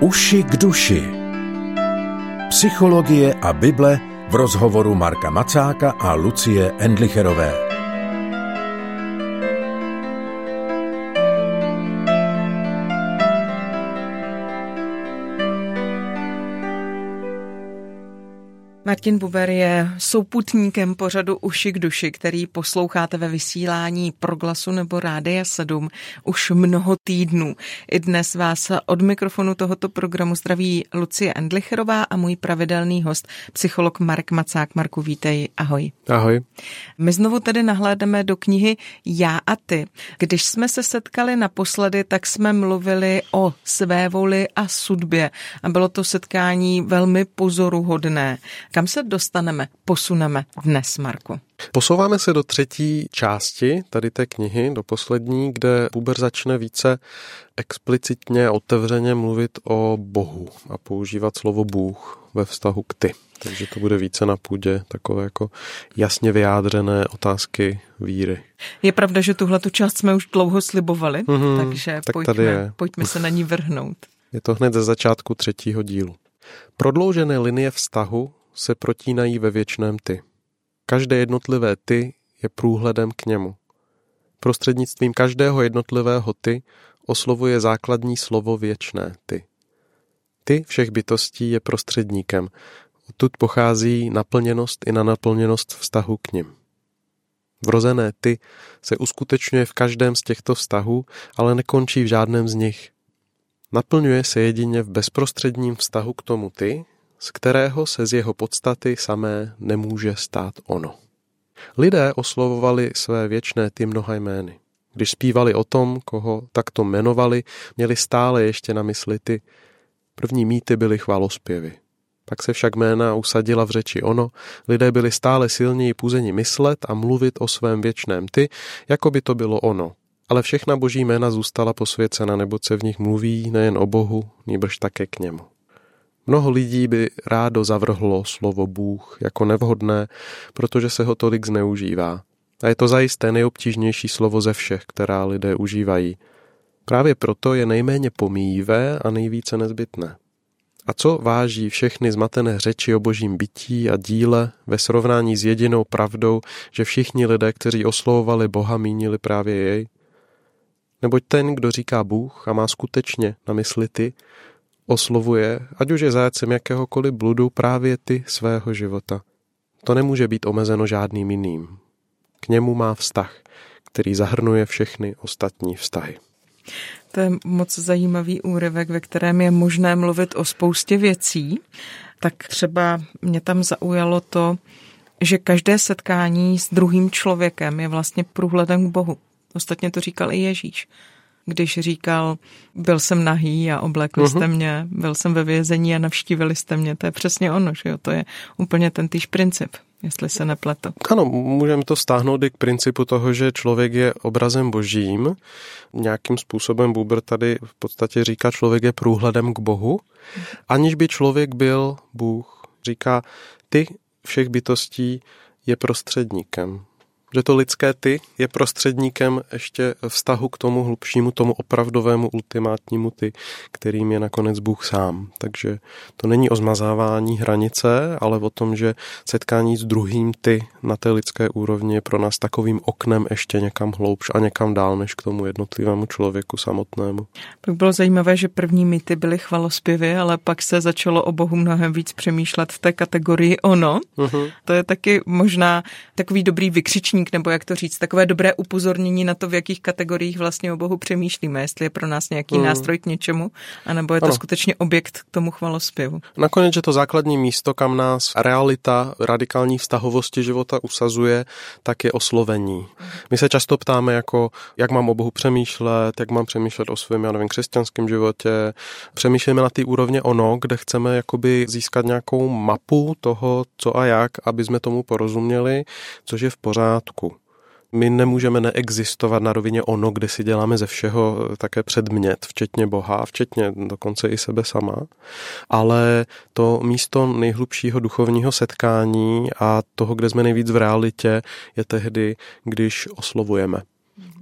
Uši k duši. Psychologie a Bible v rozhovoru Marka Macáka a Lucie Endlicherové. Martin Buber je souputníkem pořadu Uši k duši, který posloucháte ve vysílání Proglasu nebo Rádia 7 už mnoho týdnů. I dnes vás od mikrofonu tohoto programu zdraví Lucie Endlicherová a můj pravidelný host, psycholog Marek Macák. Marku, vítej, ahoj. Ahoj. My znovu tedy nahlédneme do knihy Já a ty. Když jsme se setkali naposledy, tak jsme mluvili o své voli a sudbě a bylo to setkání velmi pozoruhodné. Kam se dostaneme, posuneme dnes, Marku? Posouváme se do třetí části tady té knihy, do poslední, kde Buber začne více explicitně, otevřeně mluvit o Bohu a používat slovo Bůh ve vztahu k ty. Takže to bude více na půdě takové jako jasně vyjádřené otázky víry. Je pravda, že tuhletu část jsme už dlouho slibovali, takže tak pojďme se na ní vrhnout. Je to hned ze začátku třetího dílu. Prodloužené linie vztahu se protínají ve věčném ty. Každé jednotlivé ty je průhledem k němu. Prostřednictvím každého jednotlivého ty oslovuje základní slovo věčné ty. Ty všech bytostí je prostředníkem. Odtud pochází naplněnost i na naplněnost vztahu k nim. Vrozené ty se uskutečňuje v každém z těchto vztahů, ale nekončí v žádném z nich. Naplňuje se jedině v bezprostředním vztahu k tomu ty, z kterého se z jeho podstaty samé nemůže stát ono. Lidé oslovovali své věčné ty mnoha jmény. Když zpívali o tom, koho takto jmenovali, měli stále ještě na mysli ty. První mýty byly chvalospěvy. Pak se však jména usadila v řeči ono, lidé byli stále silněji puzeni myslet a mluvit o svém věčném ty, jako by to bylo ono. Ale všechna boží jména zůstala posvěcena, neboť se v nich mluví nejen o Bohu, nýbrž také k němu. Mnoho lidí by rádo zavrhlo slovo Bůh jako nevhodné, protože se ho tolik zneužívá. A je to zajisté nejobtížnější slovo ze všech, která lidé užívají. Právě proto je nejméně pomíjivé a nejvíce nezbytné. A co váží všechny zmatené řeči o božím bytí a díle ve srovnání s jedinou pravdou, že všichni lidé, kteří oslovovali Boha, mínili právě jej? Neboť ten, kdo říká Bůh a má skutečně na mysli ty, oslovuje, ať už je zájemcem jakéhokoliv bludu, právě ty svého života. To nemůže být omezeno žádným jiným. K němu má vztah, který zahrnuje všechny ostatní vztahy. To je moc zajímavý úryvek, ve kterém je možné mluvit o spoustě věcí. Tak třeba mě tam zaujalo to, že každé setkání s druhým člověkem je vlastně průhledem k Bohu. Ostatně to říkal i Ježíš. Když říkal, byl jsem nahý a oblékli jste mě, byl jsem ve vězení a navštívili jste mě. To je přesně ono, že jo? To je úplně ten týž princip, jestli se nepletu. Ano, můžeme to stáhnout i k principu toho, že člověk je obrazem božím. Nějakým způsobem Buber tady v podstatě říká, člověk je průhledem k Bohu, aniž by člověk byl Bůh. Říká, ty všech bytostí je prostředníkem. Že to lidské ty je prostředníkem ještě vztahu k tomu hlubšímu, tomu opravdovému ultimátnímu ty, kterým je nakonec Bůh sám. Takže to není o zmazávání hranice, ale o tom, že setkání s druhým ty na té lidské úrovni je pro nás takovým oknem ještě někam hloubš a někam dál, než k tomu jednotlivému člověku samotnému. Pak bylo zajímavé, že první mýty byly chvalospěvy, ale pak se začalo o Bohu mnohem víc přemýšlet v té kategorii ono. To je taky možná takový dobrý vykřičník, nebo jak to říct, takové dobré upozornění na to, v jakých kategoriích vlastně o Bohu přemýšlíme, jestli je pro nás nějaký nástroj k něčemu, anebo je to skutečně objekt k tomu chvalospěvu. Nakonec, že to základní místo, kam nás realita radikální vztahovosti života usazuje, tak je oslovení. My se často ptáme, jako, jak mám o Bohu přemýšlet, jak mám přemýšlet o svém, křesťanském životě. Přemýšlíme na té úrovně ono, kde chceme jakoby získat nějakou mapu toho, co a jak, aby jsme tomu porozuměli, což je v pořádku. My nemůžeme neexistovat na rovině ono, kde si děláme ze všeho také předmět, včetně Boha, včetně dokonce i sebe sama, ale to místo nejhlubšího duchovního setkání a toho, kde jsme nejvíc v realitě, je tehdy, když oslovujeme.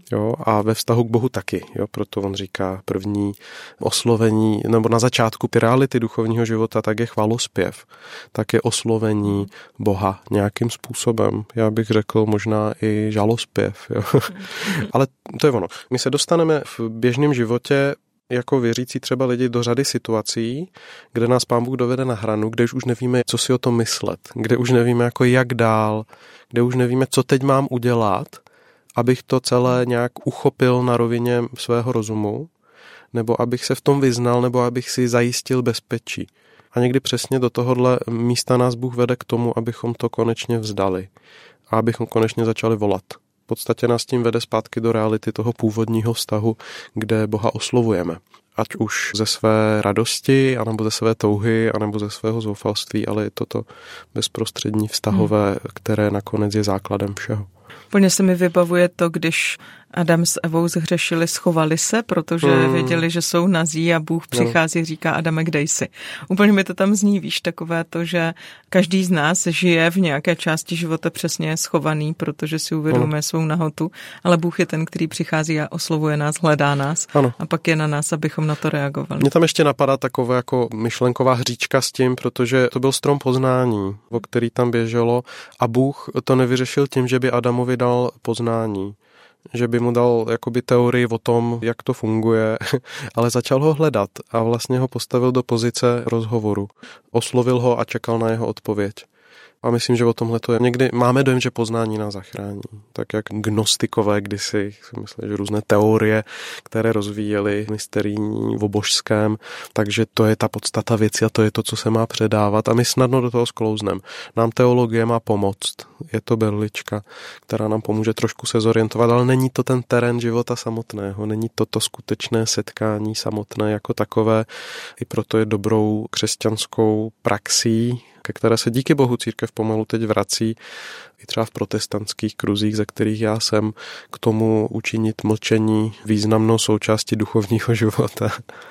Jo, a ve vztahu k Bohu taky, jo, proto on říká první oslovení, nebo na začátku ty reality duchovního života, tak je chvalospěv, tak je oslovení Boha nějakým způsobem. Já bych řekl možná i žalospěv, jo. Ale to je ono. My se dostaneme v běžném životě jako věřící třeba lidi do řady situací, kde nás Pán Bůh dovede na hranu, kde už nevíme, co si o tom myslet, kde už nevíme, jako jak dál, kde už nevíme, co teď mám udělat, abych to celé nějak uchopil na rovině svého rozumu, nebo abych se v tom vyznal, nebo abych si zajistil bezpečí. A někdy přesně do tohohle místa nás Bůh vede k tomu, abychom to konečně vzdali a abychom konečně začali volat. V podstatě nás tím vede zpátky do reality toho původního vztahu, kde Boha oslovujeme. Ať už ze své radosti, anebo ze své touhy, anebo ze svého zoufalství, ale je to bezprostřední vztahové, které nakonec je základem všeho. Plně se mi vybavuje to, když Adam s Evou zhřešili, schovali se, protože věděli, že jsou nazí a Bůh přichází a říká: Adame, kde jsi? Úplně mi to tam zní, víš, takové to, že každý z nás žije v nějaké části života přesně schovaný, protože si uvědomuje svou nahotu, ale Bůh je ten, který přichází a oslovuje nás, hledá nás a pak je na nás, abychom na to reagovali. Mně tam ještě napadá taková jako myšlenková hříčka s tím, protože to byl strom poznání, o který tam běželo, a Bůh to nevyřešil tím, že by Adamovi dal poznání, že by mu dal jakoby teorii o tom, jak to funguje, ale začal ho hledat a vlastně ho postavil do pozice rozhovoru. Oslovil ho a čekal na jeho odpověď. A myslím, že o tomhle to je. Někdy máme dojem, že poznání nás zachrání. Tak jak gnostikové kdysi, myslím, že různé teorie, které rozvíjely mysterijní o božském, takže to je ta podstata věci a to je to, co se má předávat. A my snadno do toho sklouzneme. Nám teologie má pomoct. Je to berlička, která nám pomůže trošku se zorientovat, ale není to ten terén života samotného. Není to skutečné setkání samotné jako takové. I proto je dobrou křesťanskou praxí, ke které se díky Bohu církev pomalu teď vrací, i třeba v protestantských kruzích, ze kterých já jsem, k tomu učinit mlčení významnou součástí duchovního života.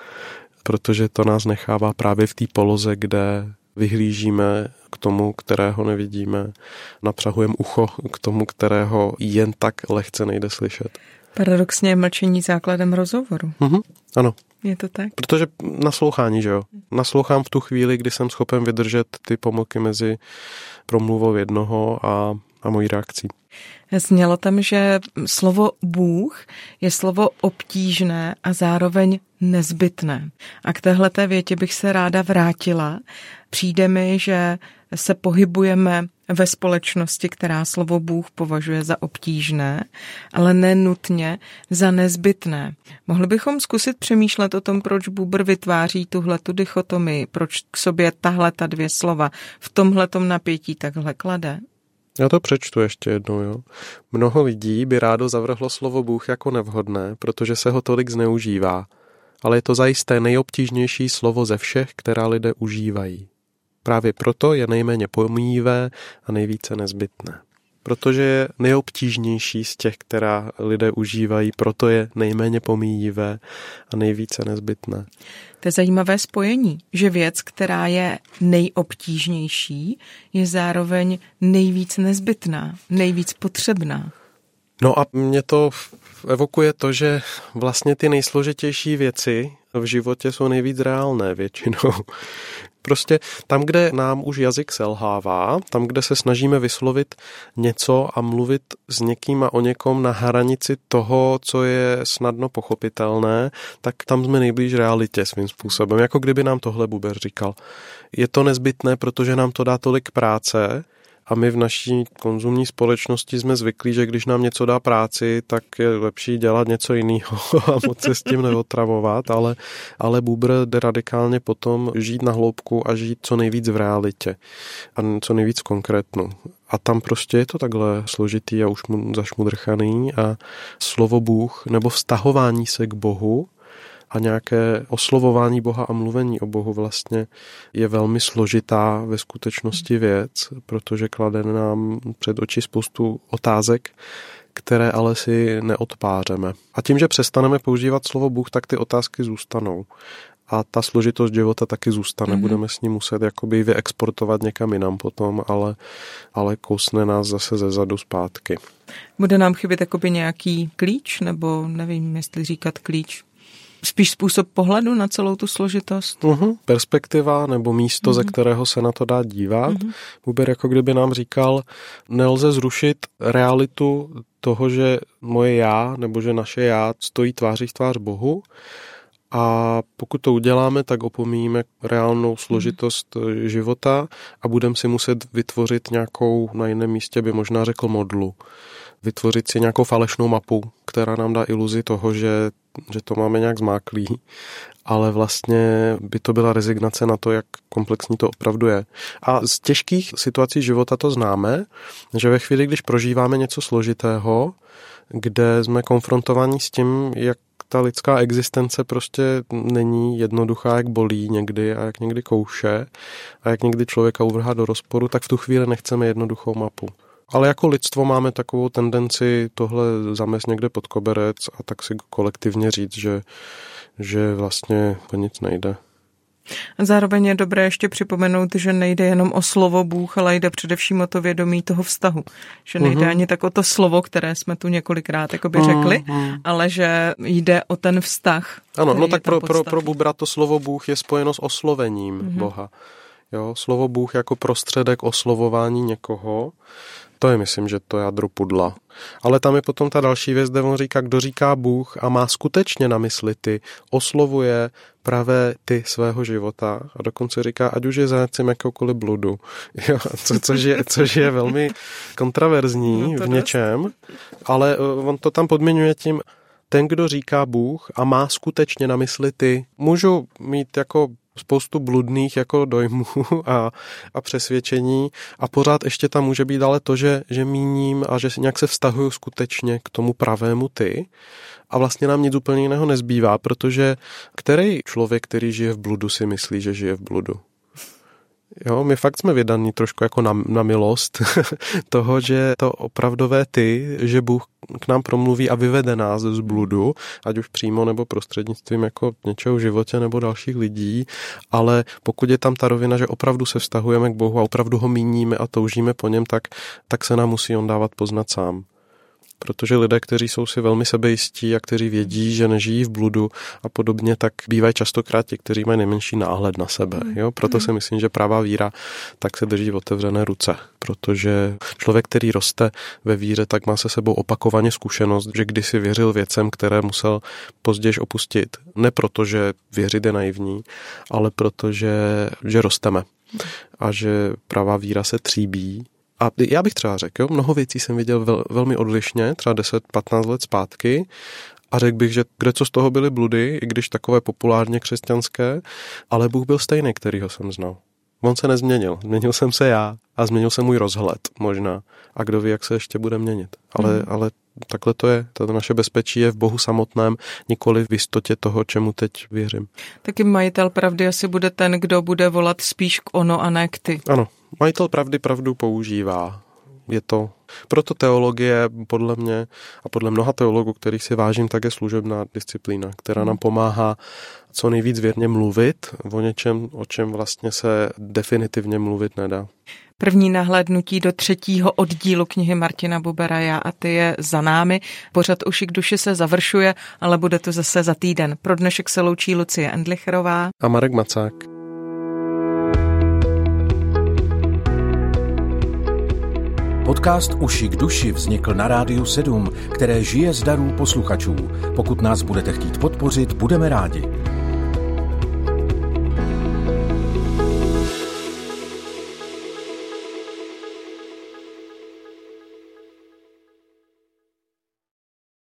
Protože to nás nechává právě v té poloze, kde vyhlížíme k tomu, kterého nevidíme, napřahujeme ucho k tomu, kterého jen tak lehce nejde slyšet. Paradoxně je mlčení základem rozhovoru. Ano. Je to tak? Protože naslouchání, že jo? Naslouchám v tu chvíli, kdy jsem schopen vydržet ty pomlky mezi promluvou jednoho a mojí reakcí. Znělo tam, že slovo Bůh je slovo obtížné a zároveň nezbytné. A k téhleté větě bych se ráda vrátila. Přijde mi, že se pohybujeme ve společnosti, která slovo Bůh považuje za obtížné, ale nenutně za nezbytné. Mohli bychom zkusit přemýšlet o tom, proč Buber vytváří tuhletu dichotomii, proč k sobě tahleta dvě slova v tomhletom napětí takhle klade? Já to přečtu ještě jednou, jo. Mnoho lidí by rádo zavrhlo slovo Bůh jako nevhodné, protože se ho tolik zneužívá, ale je to zajisté nejobtížnější slovo ze všech, která lidé užívají. Právě proto je nejméně pomíjivé a nejvíce nezbytné. Protože je nejobtížnější z těch, která lidé užívají, proto je nejméně pomíjivé a nejvíce nezbytné. To je zajímavé spojení, že věc, která je nejobtížnější, je zároveň nejvíc nezbytná, nejvíc potřebná. No a mě to evokuje to, že vlastně ty nejsložitější věci v životě jsou nejvíc reálné většinou. Prostě tam, kde nám už jazyk selhává, tam, kde se snažíme vyslovit něco a mluvit s někým a o někom na hranici toho, co je snadno pochopitelné, tak tam jsme nejblíž realitě svým způsobem. Jako kdyby nám tohle Buber říkal. Je to nezbytné, protože nám to dá tolik práce, a my v naší konzumní společnosti jsme zvyklí, že když nám něco dá práci, tak je lepší dělat něco jiného a moc se s tím neotravovat, ale Buber jde radikálně potom žít na hloubku a žít co nejvíc v realitě a co nejvíc konkrétnu. A tam prostě je to takhle složitý a už zašmudrchaný a slovo Bůh nebo vztahování se k Bohu a nějaké oslovování Boha a mluvení o Bohu vlastně je velmi složitá ve skutečnosti věc, protože klade nám před oči spoustu otázek, které ale si neodpářeme. A tím, že přestaneme používat slovo Bůh, tak ty otázky zůstanou. a ta složitost života taky zůstane. Budeme s ní muset jakoby vyexportovat někam jinam potom, ale kousne nás zase zezadu zpátky. Bude nám chybět jakoby nějaký klíč, nebo nevím, jestli říkat klíč, spíš způsob pohledu na celou tu složitost? Perspektiva nebo místo, ze kterého se na to dá dívat. Buber jako kdyby nám říkal, nelze zrušit realitu toho, že moje já nebo že naše já stojí tváří v tvář Bohu, a pokud to uděláme, tak opomíjíme reálnou složitost života a budeme si muset vytvořit nějakou, na jiném místě by možná řekl modlu, vytvořit si nějakou falešnou mapu, která nám dá iluzi toho, že to máme nějak zmáklý, ale vlastně by to byla rezignace na to, jak komplexní to opravdu je. A z těžkých situací života to známe, že ve chvíli, když prožíváme něco složitého, kde jsme konfrontováni s tím, jak ta lidská existence prostě není jednoduchá, jak bolí někdy a jak někdy kouše a jak někdy člověka uvrhá do rozporu, tak v tu chvíli nechceme jednoduchou mapu. Ale jako lidstvo máme takovou tendenci tohle zamést někde pod koberec a tak si kolektivně říct, že vlastně o nic nejde. Zároveň je dobré ještě připomenout, že nejde jenom o slovo Bůh, ale jde především o to vědomí toho vztahu. Že nejde ani tak o to slovo, které jsme tu několikrát řekli, ale že jde o ten vztah. Ano, no tak pro Bubra to slovo Bůh je spojeno s oslovením Boha. Jo, slovo Bůh jako prostředek oslovování někoho, to je, myslím, že to jádro pudla. Ale tam je potom ta další věc, kde on říká, kdo říká Bůh a má skutečně na mysli ty, oslovuje pravé ty svého života a dokonce říká, ať už je zájemcem jakoukoliv bludu. Jo, což je velmi kontraverzní v něčem, ale on to tam podmiňuje tím, ten, kdo říká Bůh a má skutečně na mysli ty, můžu mít jako spoustu bludných jako dojmů a přesvědčení a pořád ještě tam může být ale to, že míním a že nějak se vztahuju skutečně k tomu pravému ty a vlastně nám nic úplně jiného nezbývá, protože který člověk, který žije v bludu, si myslí, že žije v bludu? Jo, my fakt jsme vydaní trošku jako na milost toho, že to opravdové ty, že Bůh k nám promluví a vyvede nás z bludu, ať už přímo nebo prostřednictvím jako něčeho v životě nebo dalších lidí, ale pokud je tam ta rovina, že opravdu se vztahujeme k Bohu a opravdu ho míníme a toužíme po něm, tak se nám musí on dávat poznat sám. Protože lidé, kteří jsou si velmi sebejistí a kteří vědí, že nežijí v bludu a podobně, tak bývají častokrát ti, kteří mají nejmenší náhled na sebe. Jo? Proto si myslím, že pravá víra tak se drží v otevřené ruce. Protože člověk, který roste ve víře, tak má se sebou opakovaně zkušenost, že kdysi věřil věcem, které musel později opustit. Ne proto, že věřit je naivní, ale proto, že rosteme. A že pravá víra se tříbí. A já bych třeba řekl, mnoho věcí jsem viděl velmi odlišně, třeba 10-15 let zpátky a řekl bych, že kdeco z toho byly bludy, i když takové populárně křesťanské, ale Bůh byl stejný, kterýho jsem znal. On se nezměnil, změnil jsem se já a změnil se můj rozhled možná. A kdo ví, jak se ještě bude měnit. Ale takhle to je. To naše bezpečí je v Bohu samotném, nikoli v jistotě toho, čemu teď věřím. Taky majitel pravdy asi bude ten, kdo bude volat spíš k ono a ne k ty. Ano, majitel pravdy pravdu používá. Je to. Proto teologie podle mě a podle mnoha teologů, kterých si vážím, tak je služebná disciplína, která nám pomáhá co nejvíc věrně mluvit o něčem, o čem vlastně se definitivně mluvit nedá. První nahlédnutí do 3. oddílu knihy Martina Bubera Já a ty je za námi. Pořad Uši k duši se završuje, ale bude to zase za týden. Pro dnešek se loučí Lucie Endlicherová a Marek Macák. Podcast Uši k duši vznikl na Rádiu 7, které žije z darů posluchačů. Pokud nás budete chtít podpořit, budeme rádi.